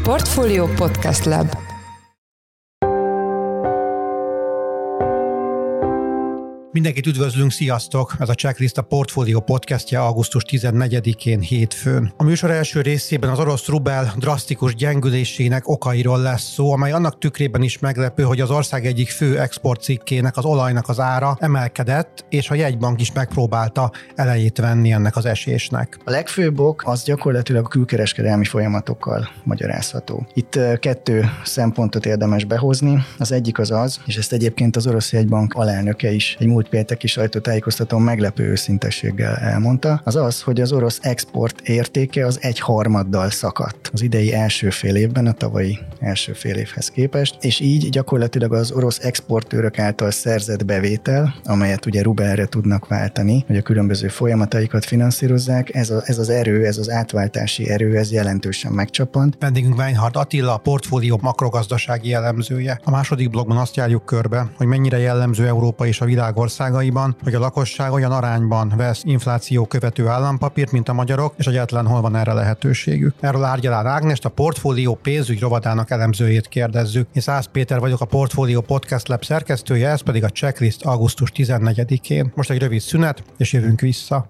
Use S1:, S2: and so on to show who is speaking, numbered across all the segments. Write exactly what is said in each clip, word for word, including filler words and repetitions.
S1: Portfolio Podcast Lab.
S2: Mindenkit üdvözlünk, sziasztok! Ez a Checklist a Portfolio podcastja augusztus tizennegyedikén hétfőn. A műsor első részében az orosz rubel drasztikus gyengülésének okairól lesz szó, amely annak tükrében is meglepő, hogy az ország egyik fő exportcikkének, az olajnak az ára emelkedett, és a jegybank is megpróbálta elejét venni ennek az esésnek.
S3: A legfőbb ok az gyakorlatilag a külkereskedelmi folyamatokkal magyarázható. Itt kettő szempontot érdemes behozni. Az egyik az az, és ezt egyébként az orosz jegybank alelnöke is egy múlt pénteki sajtótájékoztatón meglepő őszintességgel elmondta, az az, hogy az orosz export értéke az egy harmaddal szakadt az idei első fél évben a tavalyi első fél évhez képest, és így gyakorlatilag az orosz exportőrök által szerzett bevétel, amelyet ugye rubelre tudnak váltani, hogy a különböző folyamataikat finanszírozzák, ez, a, ez az erő, ez az átváltási erő, ez jelentősen megcsapant.
S2: Vendégünk Weinhard Attila, a Portfolio makrogazdasági elemzője. A második blogban azt járjuk körbe, hogy mennyire jellemző Európa és a világ országaiban, hogy a lakosság olyan arányban vesz infláció követő állampapírt, mint a magyarok, és egyáltalán hol van erre lehetőségük. Erről Árgyalán Ágnest, a Portfolio pénzügy rovatának elemzőjét kérdezzük. Én Szász Péter vagyok, a Portfolio Podcast Lab szerkesztője, ez pedig a Checklist augusztus tizennegyedikén. Most egy rövid szünet, és jövünk vissza.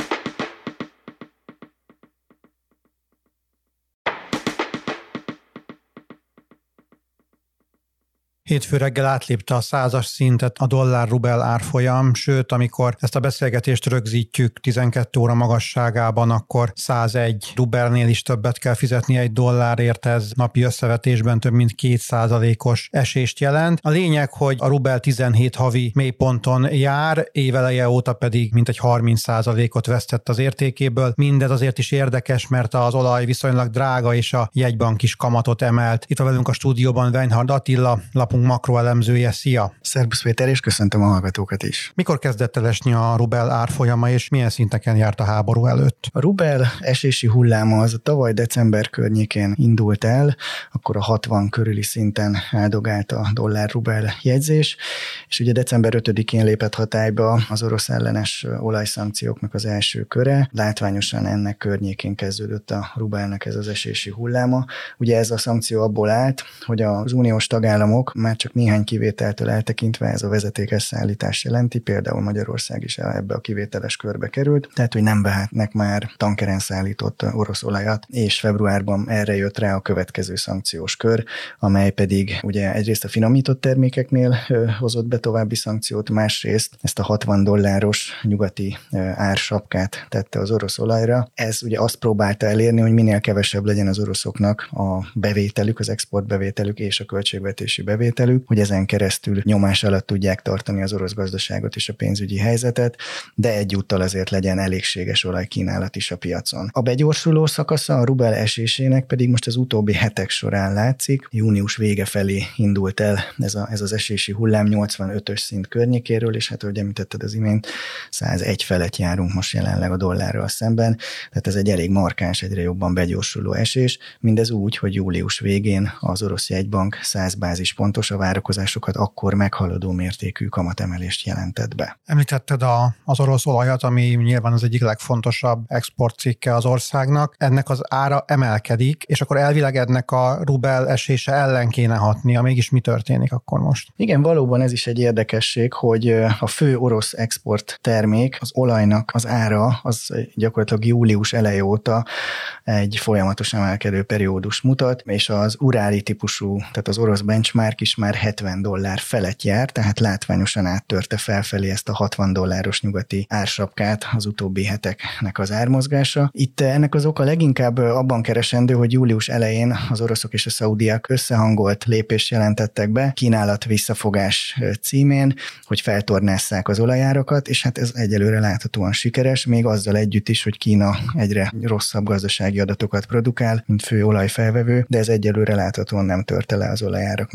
S2: Hétfő reggel átlépte a százas szintet a dollár-rubel árfolyam, sőt, amikor ezt a beszélgetést rögzítjük tizenkét óra magasságában, akkor százegy rubelnél is többet kell fizetni egy dollárért, ez napi összevetésben több mint két százalékos esést jelent. A lényeg, hogy a rubel tizenhét havi mélyponton jár, éveleje óta pedig mintegy harminc százalékot vesztett az értékéből. Mindez azért is érdekes, mert az olaj viszonylag drága, és a jegybank is kamatot emelt. Itt van velünk a stúdióban Weinhard Attila, lapunk makroelemzője. Szia!
S3: Szerbusz Péter, és köszöntöm a hallgatókat is.
S2: Mikor kezdett el esni a rubel árfolyama, és milyen szinteken járt a háború előtt?
S3: A rubel esési hulláma az a tavaly december környékén indult el, akkor a hatvan körüli szinten áldogált a dollár-rubel jegyzés, és ugye december ötödikén lépett hatályba az orosz ellenes olajszankcióknak az első köre. Látványosan ennek környékén kezdődött a rubelnek ez az esési hulláma. Ugye ez a szankció abból állt, hogy az uniós tagállamok már csak néhány kivételtől eltekintve ez a vezetékes szállítás jelenti, például Magyarország is ebbe a kivételes körbe került, tehát hogy nem vehetnek már tankeren szállított orosz olajat, és februárban erre jött rá a következő szankciós kör, amely pedig ugye egyrészt a finomított termékeknél hozott be további szankciót, másrészt ezt a hatvan dolláros nyugati ársapkát tette az orosz olajra. Ez ugye azt próbálta elérni, hogy minél kevesebb legyen az oroszoknak a bevételük, az exportbevételük és a költségvetési bevételük, hogy ezen keresztül nyomás alatt tudják tartani az orosz gazdaságot és a pénzügyi helyzetet, de egyúttal azért legyen elégséges olajkínálat is a piacon. A begyorsuló szakasza a rubel esésének pedig most az utóbbi hetek során látszik. Június vége felé indult el ez, a, ez az esési hullám nyolcvanötös szint környékéről, és hát, ahogy említetted az imént, százegy felett járunk most jelenleg a dollárral szemben, tehát ez egy elég markáns, egyre jobban begyorsuló esés, mindez úgy, hogy július végén az orosz jegybank száz bázispontos, a várakozásokat akkor meghaladó mértékű kamatemelést jelentett be.
S2: Említetted a, az orosz olajat, ami nyilván az egyik legfontosabb exportcikke az országnak. Ennek az ára emelkedik, és akkor elvileg ennek a rubel esése ellen kéne hatnia. Mégis mi történik akkor most?
S3: Igen, valóban ez is egy érdekesség, hogy a fő orosz export termék, az olajnak az ára, az gyakorlatilag július eleje óta egy folyamatos emelkedő periódus mutat, és az uráli típusú, tehát az orosz benchmark is már hetven dollár felett jár, tehát látványosan áttörte felfelé ezt a hatvan dolláros nyugati ársapkát az utóbbi heteknek az ármozgása. Itt ennek az oka leginkább abban keresendő, hogy július elején az oroszok és a szaudiak összehangolt lépést jelentettek be, kínálat visszafogás címén, hogy feltornásszák az olajárakat, és hát ez egyelőre láthatóan sikeres, még azzal együtt is, hogy Kína egyre rosszabb gazdasági adatokat produkál, mint fő olajfelvevő, de ez egyelőre láthatóan nem törte le az olajáraknak az emelkedését.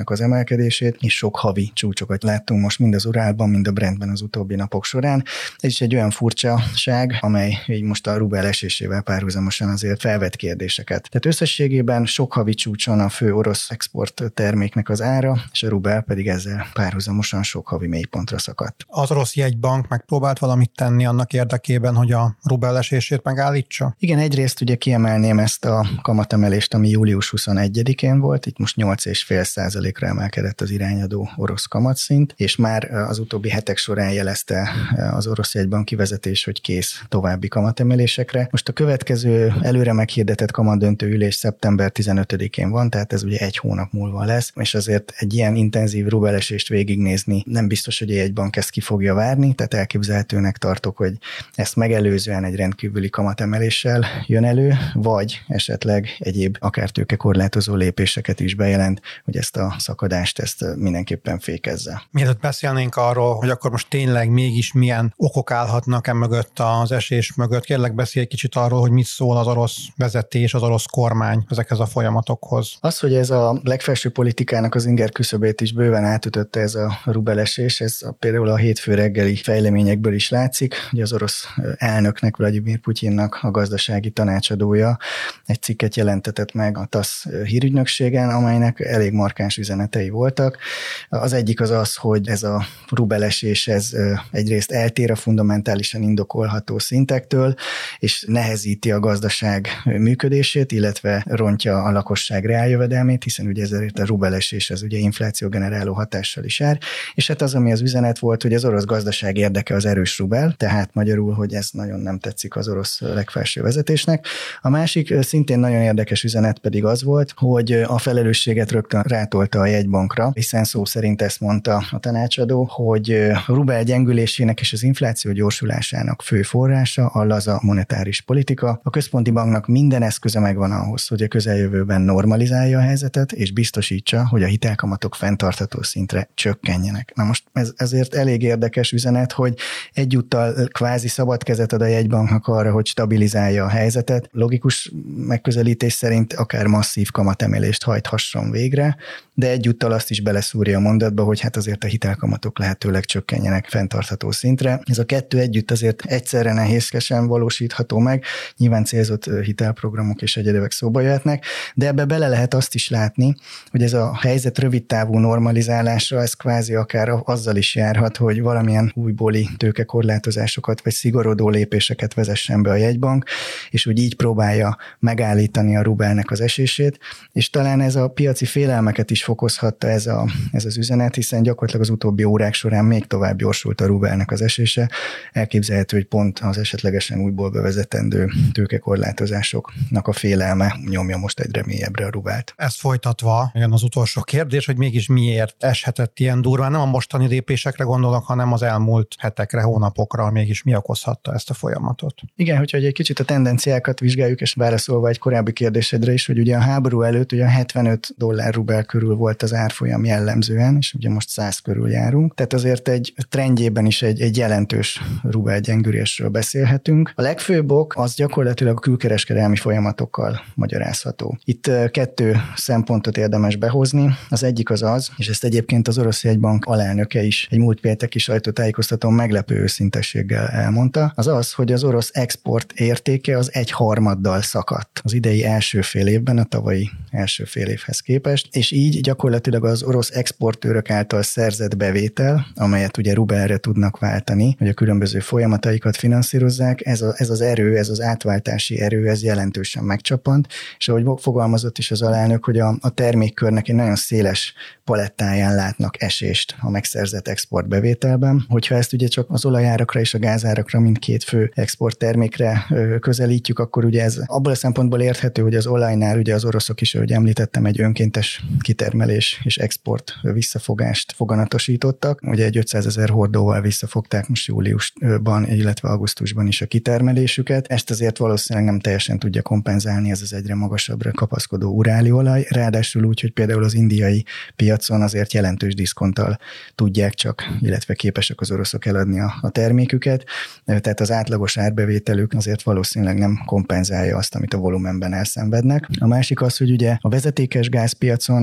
S3: emelkedését, és sok havi csúcsokat láttunk most mind az Urálban, mind a Brentben az utóbbi napok során. Ez is egy olyan furcsaság, amely így most a rubel esésével párhuzamosan azért felvet kérdéseket. Tehát összességében sok havi csúcson a fő orosz export terméknek az ára, és a rubel pedig ezzel párhuzamosan sok havi mélypontra szakadt.
S2: Az orosz jegybank megpróbált valamit tenni annak érdekében, hogy a rubel esését megállítsa?
S3: Igen, egyrészt ugye kiemelném ezt a kamatemelést, ami július huszonegyedikén volt, itt most nyolc egész öt százalékra emelkedett az irányadó orosz kamatszint, és már az utóbbi hetek során jelezte az orosz jegybank kivezetés, hogy kész további kamatemelésekre. Most a következő előre meghirdetett kamatdöntő ülés szeptember tizenötödikén van, tehát ez ugye egy hónap múlva lesz, és azért egy ilyen intenzív rubelesést végignézni nem biztos, hogy a jegybank ezt ki fogja várni, tehát elképzelhetőnek tartok, hogy ezt megelőzően egy rendkívüli kamatemeléssel jön elő, vagy esetleg egyéb akár tőkekorlátozó lépéseket is bejelent, hogy ezt a szakadást ezt mindenképpen fékezze.
S2: Mielőtt beszélnénk arról, hogy akkor most tényleg mégis milyen okok állhatnak e mögött az esés mögött, kérlek beszélj egy kicsit arról, hogy mit szól az orosz vezetés, az orosz kormány ezekhez a folyamatokhoz.
S3: Az, hogy ez a legfelső politikának az inger küszöbét is bőven átütötte ez a rubelesés, ez a, például a hétfő reggeli fejleményekből is látszik, hogy az orosz elnöknek, Vladimir Putyinnak a gazdasági tanácsadója egy cikket jelentetett meg a TASZ hírügynökségen, amelynek elég markáns üzenetei voltak. Az egyik az az, hogy ez a rubelesés ez egyrészt eltér a fundamentálisan indokolható szintektől, és nehezíti a gazdaság működését, illetve rontja a lakosság reáljövedelmét, hiszen ugye ezért a rubelesés ez ugye infláció generáló hatással is jár, és hát az, ami az üzenet volt, hogy az orosz gazdaság érdeke az erős rubel, tehát magyarul, hogy ez nagyon nem tetszik az orosz legfelső vezetésnek. A másik szintén nagyon érdekes üzenet pedig az volt, hogy a felelősséget rögtön rátolta a jegybankra, hiszen szó szerint ezt mondta a tanácsadó, hogy a rubel gyengülésének és az infláció gyorsulásának fő forrása a laza monetáris politika. A központi banknak minden eszköze megvan ahhoz, hogy a közeljövőben normalizálja a helyzetet, és biztosítsa, hogy a hitelkamatok fenntartható szintre csökkenjenek. Na most ez ezért elég érdekes üzenet, hogy egyúttal kvázi szabad kezet ad a jegybanknak arra, hogy stabilizálja a helyzetet. Logikus megközelítés szerint akár masszív kamatemelést hajthasson végre, de egyúttal azt is beleszúrja a mondatba, hogy hát azért a hitelkamatok lehetőleg csökkenjenek fenntartható szintre. Ez a kettő együtt azért egyszerre nehézkesen valósítható meg, nyilván célzott hitelprogramok és egyedevek szóba jöhetnek, de ebbe bele lehet azt is látni, hogy ez a helyzet rövidtávú normalizálásra ez kvázi akár azzal is járhat, hogy valamilyen újbóli tőkekorlátozásokat vagy szigorodó lépéseket vezessen be a jegybank, és úgy így próbálja megállítani a rubelnek az esését, és talán ez a piaci félelmeket is fokozhatta ez, a, ez az üzenet, hiszen gyakorlatilag az utóbbi órák során még tovább gyorsult a rubelnek az esése. Elképzelhető, hogy pont az esetlegesen újból bevezetendő tőkekorlátozásoknak a félelme nyomja most egyre mélyebbre a rubelt.
S2: Ezt folytatva, jön az utolsó kérdés, hogy mégis miért eshetett ilyen durván. Nem a mostani lépésekre gondolok, hanem az elmúlt hetekre, hónapokra, mégis mi okozhatta ezt a folyamatot.
S3: Igen, hogyha egy kicsit a tendenciákat vizsgáljuk, és válaszolva egy korábbi kérdésedre is, hogy ugye a háború előtt ugye hetvenöt dollár rubel körül volt az árfolyam jellemzően, és ugye most száz körül járunk. Tehát azért egy trendjében is egy, egy jelentős rubel gyengülésről beszélhetünk. A legfőbb ok az gyakorlatilag a külkereskedelmi folyamatokkal magyarázható. Itt kettő szempontot érdemes behozni. Az egyik az az, és ezt egyébként az orosz jegybank alelnöke is egy múlt pénteki sajtótájékoztatón meglepő őszintességgel elmondta, az az, hogy az orosz export értéke az egy harmaddal szakadt az idei első fél évben a tavalyi első fél évhez képest, és így gyakorlatilag az orosz exportőrök által szerzett bevétel, amelyet ugye rubelre tudnak váltani, hogy a különböző folyamataikat finanszírozzák, ez, a, ez az erő, ez az átváltási erő, ez jelentősen megcsapant, és ahogy fogalmazott is az alelnök, hogy a, a termékkörnek egy nagyon széles palettáján látnak esést a megszerzett exportbevételben. Hogyha ezt ugye csak az olajárakra és a gázárakra, mint két fő exporttermékre közelítjük, akkor ugye ez abból a szempontból érthető, hogy az olajnál ugye az oroszok is, ahogy említettem, egy önkéntes kitermelés és export visszafogást foganatosítottak. Ugye egy ötszázezer hordóval visszafogták most júliusban, illetve augusztusban is a kitermelésüket. Ezt azért valószínűleg nem teljesen tudja kompenzálni ez az egyre magasabbra kapaszkodó uráli olaj, ráadásul úgy, hogy például az indiai piacon azért jelentős diszkonttal tudják csak, illetve képesek az oroszok eladni a, a terméküket, tehát az átlagos árbevételük azért valószínűleg nem kompenzálja azt, amit a volumenben elszenvednek. A másik az, hogy ugye a vezetékes gázpiacon az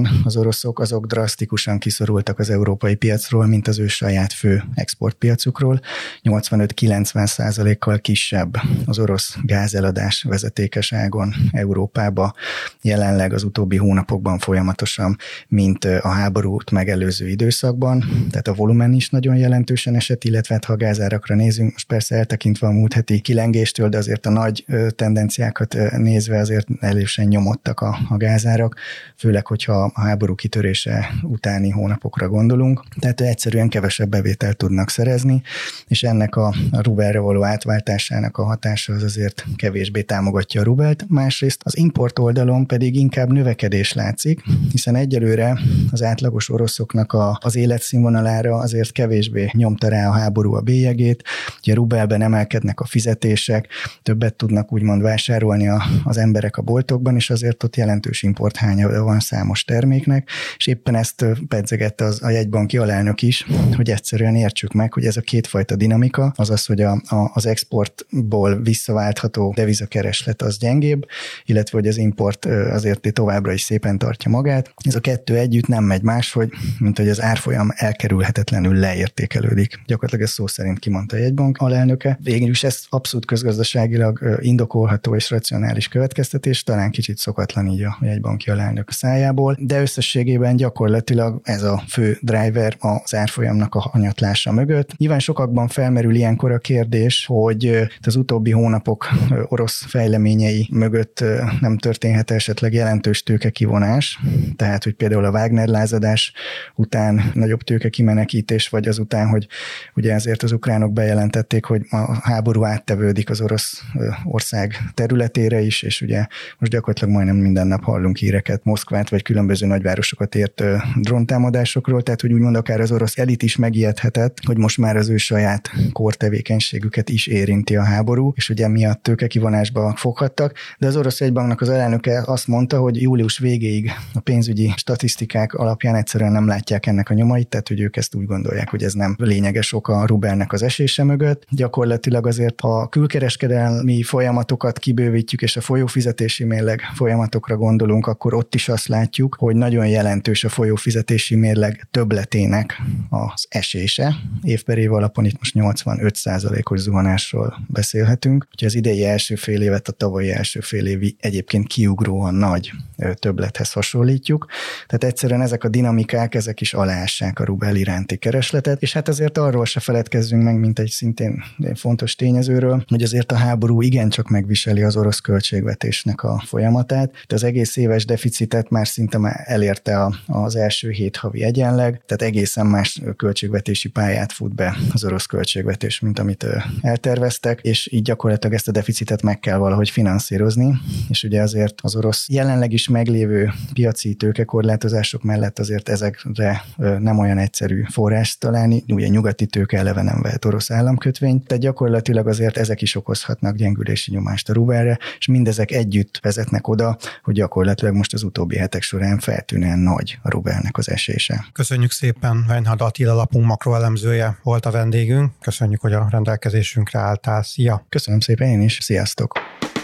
S3: oroszok, azok drasztikusan kiszorultak az európai piacról, mint az ő saját fő exportpiacukról. nyolcvanöt-kilencven százalékkal kisebb az orosz gázeladás vezetékes ágon Európába jelenleg az utóbbi hónapokban folyamatosan, mint a háborút megelőző időszakban. Tehát a volumen is nagyon jelentősen esett, illetve ha a gázárakra nézünk, most persze eltekintve a múlt heti kilengéstől, de azért a nagy tendenciákat nézve azért elősen nyomottak a, a gázárak, főleg, hogyha a háború kitörése utáni hónapokra gondolunk. Tehát egyszerűen kevesebb bevételt tudnak szerezni, és ennek a, a rubelre való átváltásának a hatása az azért kevésbé támogatja a rubelt. Másrészt az import oldalon pedig inkább növekedés látszik, hiszen egyelőre az átlagos oroszoknak a, az életszínvonalára azért kevésbé nyomta rá a háború a bélyegét. Ugye rubelben emelkednek a fizetések, többet tudnak úgymond vásárolni a, az emberek a boltokban, és azért ott jelentős importhánya van számos terméknek, és éppen ezt pedzegette az, a jegybanki alelnök is, hogy egyszerűen értsük meg, hogy ez a kétfajta dinamika, azaz, hogy a, a, az exportból visszaváltható devizakereslet az gyengébb, illetve hogy az import azért továbbra is szépen tartja magát. Ez a kettő együtt nem megy máshogy, mint hogy az árfolyam elkerülhetetlenül leértékelődik. Gyakorlatilag ez szó szerint kimondta a jegybank alelnöke. Végül is ez abszolút közgazdaságilag indokolható és racionális következtetés, talán kicsit szokatlan így a jegybanki alelnök szájából, de összességében gyakorlatilag ez a fő driver az árfolyamnak a hanyatlása mögött. Nyilván sokakban felmerül ilyenkor a kérdés, hogy az utóbbi hónapok orosz fejleményei mögött nem történhet esetleg jelentős tőkekivonás, tehát hogy például a Wagner lázadás után nagyobb tőkekimenekítés, vagy azután, hogy ugye ezért az ukránok bejelentették, hogy a háború áttevődik az orosz ország területére is, és ugye most gyakorlatilag majdnem minden nap hallunk híreket Moszkvát, vagy különböző nagyvárosokat ért dróntámadásokról, tehát hogy úgymond akár az orosz elit is megijedhetett, hogy most már az ő saját kórtevékenységüket is érinti a háború, és ugye miatt tőkekivonásba foghattak, de az orosz jegybanknak az alelnöke azt mondta, hogy július végéig a pénzügyi statisztikák alapján egyszerűen nem látják ennek a nyomait, tehát hogy ők ezt úgy gondolják, hogy ez nem lényeges oka a rubelnek az esése mögött. Gyakorlatilag azért, ha a külkereskedelmi folyamatokat kibővítjük, és a folyófizetési mérleg folyamatokra gondolunk, akkor ott is azt látjuk, hogy nagyon jelentős a folyófizetési mérleg többletének az esése. Év per év alapon itt most nyolcvanöt százalékos zuhanásról beszélhetünk. Úgyhogy az idei első fél évet a tavalyi első fél évi egyébként kiugróan nagy többlethez hasonlítjuk. Tehát egyszerűen ezek a dinamikák, ezek is aláássák a rubel iránti keresletet, és hát azért arról se feledkezzünk meg, mint egy szintén fontos tényezőről, hogy azért a háború igencsak megviseli az orosz költségvetésnek a folyamatát. De az egész éves deficitet már szinte már elérte a, az első hét havi egyenleg, tehát egészen más költségvetési pályát fut be az orosz költségvetés, mint amit elterveztek, és így gyakorlatilag ezt a deficitet meg kell valahogy finanszírozni, és ugye azért az orosz jelenleg is meglévő piaci tőkekorlátozások mellett azért ezekre nem olyan egyszerű forrást találni, ugye nyugati tőke eleve nem vehet orosz államkötvényt, tehát gyakorlatilag azért ezek is okozhatnak gyengülési nyomást a rubelre, és mindezek együtt vezetnek oda, hogy gyakorlatilag most az utóbbi hetek során feltűnően nagy a rubelnek az esése.
S2: Köszönjük szépen, Weinhard Attila lapunk makroelemzője volt a vendégünk. Köszönjük, hogy a rendelkezésünkre álltál. Szia!
S3: Köszönöm szépen én is. Sziasztok!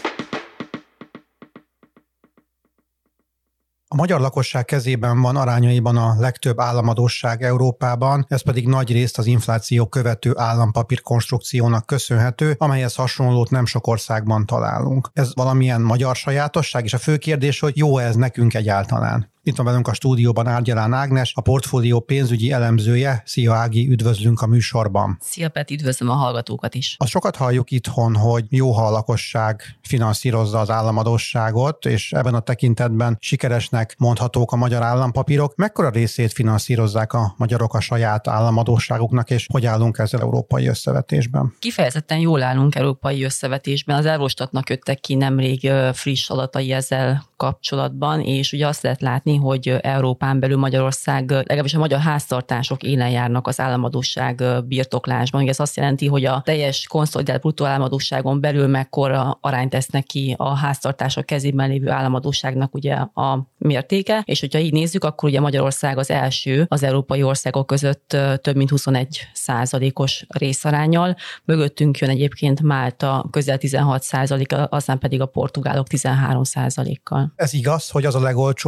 S2: A magyar lakosság kezében van arányaiban a legtöbb államadósság Európában, ez pedig nagy részt az infláció követő állampapír konstrukciónak köszönhető, amelyhez hasonlót nem sok országban találunk. Ez valamilyen magyar sajátosság, és a fő kérdés, hogy jó ez nekünk egyáltalán? Itt van velünk a stúdióban Árgyalán Ágnes, a portfólió pénzügyi elemzője. Szia Ági, üdvözlünk a műsorban.
S4: Szia Peti, üdvözlöm a hallgatókat is.
S2: Azt sokat halljuk itthon, hogy jó, ha a lakosság finanszírozza az államadósságot, és ebben a tekintetben sikeresnek mondhatók a magyar állampapírok. Mekkora részét finanszírozzák a magyarok a saját államadósságuknak, és hogy állunk ezzel európai összevetésben?
S4: Kifejezetten jól állunk európai összevetésben. Az Eurostatnak jöttek ki nemrég friss adatai ezzel kapcsolatban, és ugye azt lehet látni, hogy Európán belül Magyarország, legalábbis a magyar háztartások élen járnak az államadósság birtoklásban. Ez azt jelenti, hogy a teljes konszolidált bruttó államadósságon belül mekkora arányt tesznek ki a háztartások kezében lévő államadósságnak ugye a mértéke, és hogyha így nézzük, akkor ugye Magyarország az első az európai országok között több mint huszonegy százalékos részaránnyal. Mögöttünk jön egyébként Málta közel tizenhat százalék, aztán pedig a portugálok tizenhárom százalékkal.
S2: Ez igaz, hogy az a legolcsóbb, hogyha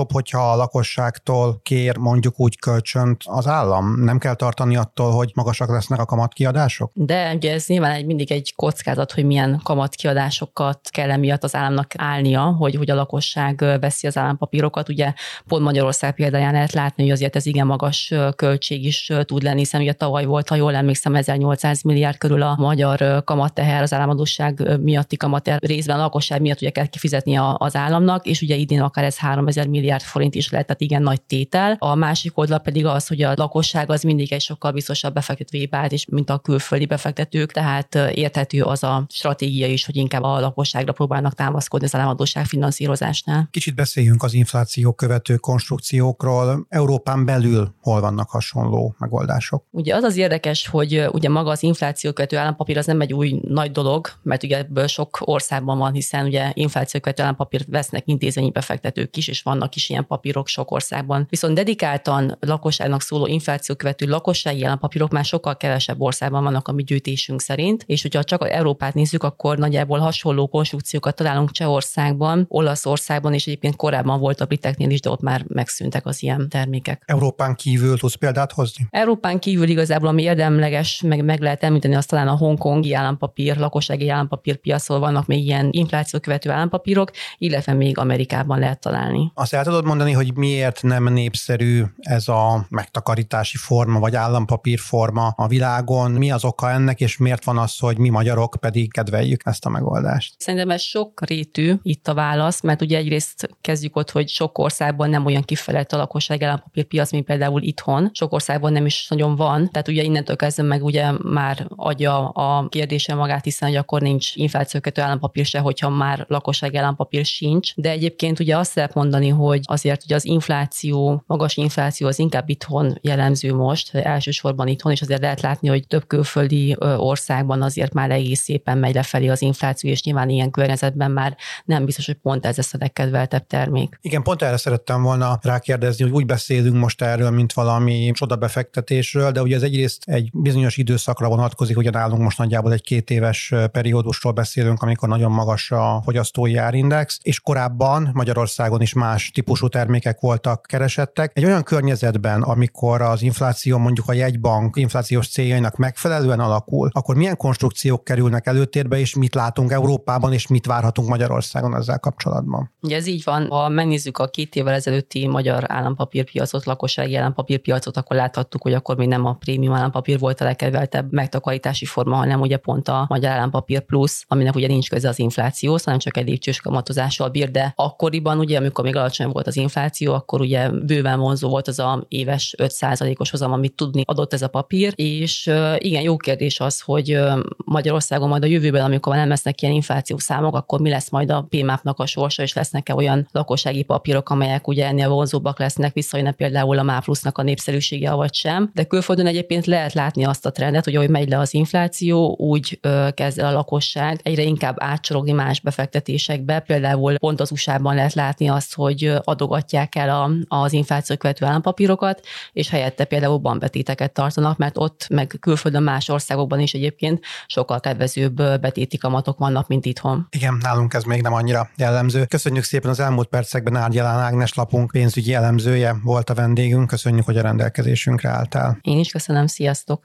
S2: a lakosságtól kér mondjuk úgy kölcsönt az állam? Nem kell tartani attól, hogy magasak lesznek a kamatkiadások?
S4: De ugye ez nyilván egy, mindig egy kockázat, hogy milyen kamatkiadásokat kell emiatt az államnak állnia, hogy, hogy a lakosság veszi az állampapírokat. Ugye pont Magyarország példáján lehet látni, hogy azért ez igen magas költség is tud lenni, hiszen ugye tavaly volt, ha jól emlékszem, ezernyolcszáz milliárd körül a magyar kamatteher, az államadósság miatti kamatteher, részben a lakosság miatt ugye kell kifizetni az államnak, és ugye idén akár ez háromezer milliárd forint is lehet, tehát igen nagy tétel. A másik oldal pedig az, hogy a lakosság az mindig egy sokkal biztosabb befektetői vált is, mint a külföldi befektetők, tehát érthető az a stratégia is, hogy inkább a lakosságra próbálnak támaszkodni az államadósság finanszírozásnál.
S2: Kicsit beszéljünk az infláció követő konstrukciókról. Európán belül hol vannak hasonló megoldások?
S4: Ugye az az érdekes, hogy ugye maga az infláció követő állampapír az nem egy új nagy dolog, mert ugye ebből sok országban van, hiszen ugye infláció követő állampapírt vesznek intézményi befektetők is, és vannak is ilyen papírok sok országban. Viszont dedikáltan lakosságnak szóló infláció követő lakossági állampapírok már sokkal kevesebb országban vannak a mi gyűjtésünk szerint, és hogyha csak Európát nézzük, akkor nagyjából hasonló konstrukciókat találunk Csehországban, Olaszországban, és egyébként korábban volt a briteknél is, de ott már megszűntek az ilyen termékek.
S2: Európán kívül tudsz példát hozni?
S4: Európán kívül igazából, ami érdemleges, meg, meg lehet említeni, azt talán a hongkongi állampapír, lakossági állampapír piacon vannak még ilyen infláció követő állampapírok, illetve még Amerikában lehet találni.
S2: Azt el tudod mondani, hogy miért nem népszerű ez a megtakarítási forma, vagy állampapírforma a világon? Mi az oka ennek, és miért van az, hogy mi magyarok pedig kedveljük ezt a megoldást?
S4: Szerintem ez sok rétű itt a válasz, mert ugye egyrészt kezdjük ott, hogy sok országban nem olyan kifejlett a lakossági állampapírpiac, mint például itthon. Sok országban nem is nagyon van, tehát ugye innentől kezdve meg ugye már adja a kérdése magát, hiszen hogy akkor nincs inflációkötő állampapír se, hogyha már lakossági állampapír sincs. De egyébként ugye azt lehet mondani, hogy azért ugye az infláció, magas infláció az inkább itthon jellemző most, elsősorban itthon, és azért lehet látni, hogy több külföldi országban azért már egész szépen megy lefelé az infláció, és nyilván ilyen környezetben már nem biztos, hogy pont ez lesz a legkedveltebb termék.
S2: Igen, pont erre szerettem volna rákérdezni, hogy úgy beszélünk most erről, mint valami csodabefektetésről, de ugye ez egyrészt egy bizonyos időszakra vonatkozik, ugye nálunk most nagyjából egy két éves periódusról beszélünk, amikor nagyon magas a fogyasztói árindex, és korábban Magyarországon is más típusú termékek voltak keresettek. Egy olyan környezetben, amikor az infláció mondjuk a jegybank inflációs céljainak megfelelően alakul, akkor milyen konstrukciók kerülnek előtérbe, és mit látunk Európában, és mit várhatunk Magyarországon ezzel kapcsolatban?
S4: Ugye ez így van, ha megnézzük a két évvel ezelőtti magyar állampapírpiacot, lakossági állampapírpiacot, akkor láthattuk, hogy akkor még nem a prémium állampapír volt a legkedveltebb megtakarítási forma, hanem ugye pont a magyar állampapír plusz, aminek ugye nincs köze az inflációhoz, hanem csak egy lépcsős kamatozással bír, de akkoriban ugye, amikor még alacsony volt az infláció, akkor ugye bőven vonzó volt az a éves öt százalékos hozam, amit tudni adott ez a papír, és igen, jó kérdés az, hogy Magyarországon majd a jövőben, amikor nem lesznek ilyen inflációs számok, akkor mi lesz majd a pé mápnak a sorsa, és lesznek-e olyan lakossági papírok, amelyek ugye ennél vonzóbbak lesznek, visszajönne például a MÁ plusznak a népszerűsége, vagy sem. De külföldön egyébként lehet látni azt a trendet, hogy ahogy megy le az infláció, úgy ö, kezd el a lakosság egyre inkább átsorogni más befektetésekbe. Például pont az u es á-ban lehet látni azt, hogy adogatják el a, az infláció követő állampapírokat, és helyette például bankbetéteket tartanak, mert ott meg külföldön más országokban is egyébként sokkal kedvezőbb betéti kamatok vannak, mint itthon.
S2: Igen, nálunk ez még nem annyira jellemző. Köszönjük szépen, az elmúlt percekben Árgyalán Ágnes, lapunk pénzügyi elemzője volt a vendégünk. Köszönjük, hogy a rendelkezésünkre álltál.
S4: Én is köszönöm, sziasztok!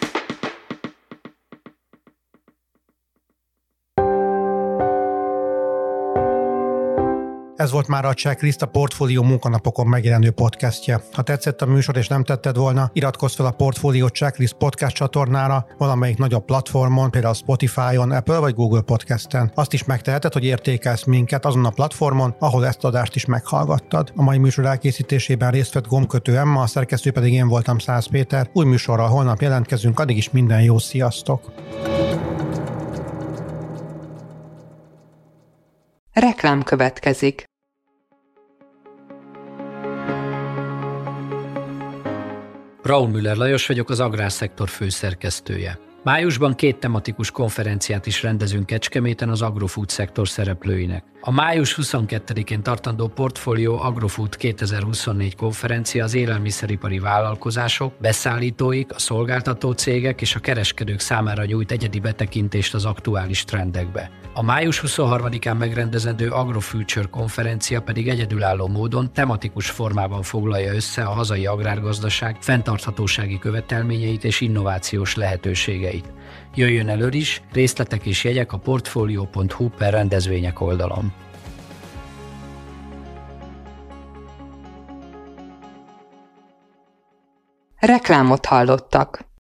S2: Ez volt már a Checklist, a Portfólió munkanapokon megjelenő podcastje. Ha tetszett a műsor és nem tetted volna, iratkozz fel a Portfólió Checklist podcast csatornára valamelyik nagyobb platformon, például Spotify-on, Apple vagy Google Podcasten. Azt is megteheted, hogy értékelsz minket azon a platformon, ahol ezt adást is meghallgattad. A mai műsor elkészítésében részt vett Gombkötő Emma, a szerkesztő pedig én voltam, Szász Péter. Új műsorral holnap jelentkezünk, addig is minden jó, sziasztok!
S1: Reklám következik.
S5: Braun Müller Lajos vagyok, az Agrárszektor főszerkesztője. Májusban két tematikus konferenciát is rendezünk Kecskeméten az agrofood szektor szereplőinek. A május huszonkettedikén tartandó Portfolio Agrofood kétezer-huszonnégy konferencia az élelmiszeripari vállalkozások, beszállítóik, a szolgáltató cégek és a kereskedők számára nyújt egyedi betekintést az aktuális trendekbe. A május huszonharmadikán megrendezendő AgroFuture konferencia pedig egyedülálló módon tematikus formában foglalja össze a hazai agrárgazdaság fenntarthatósági követelményeit és innovációs lehetőségeit. Jöjjön elő is, részletek és jegyek a portfolio pont hu per rendezvények oldalon.
S1: Reklámot hallottak.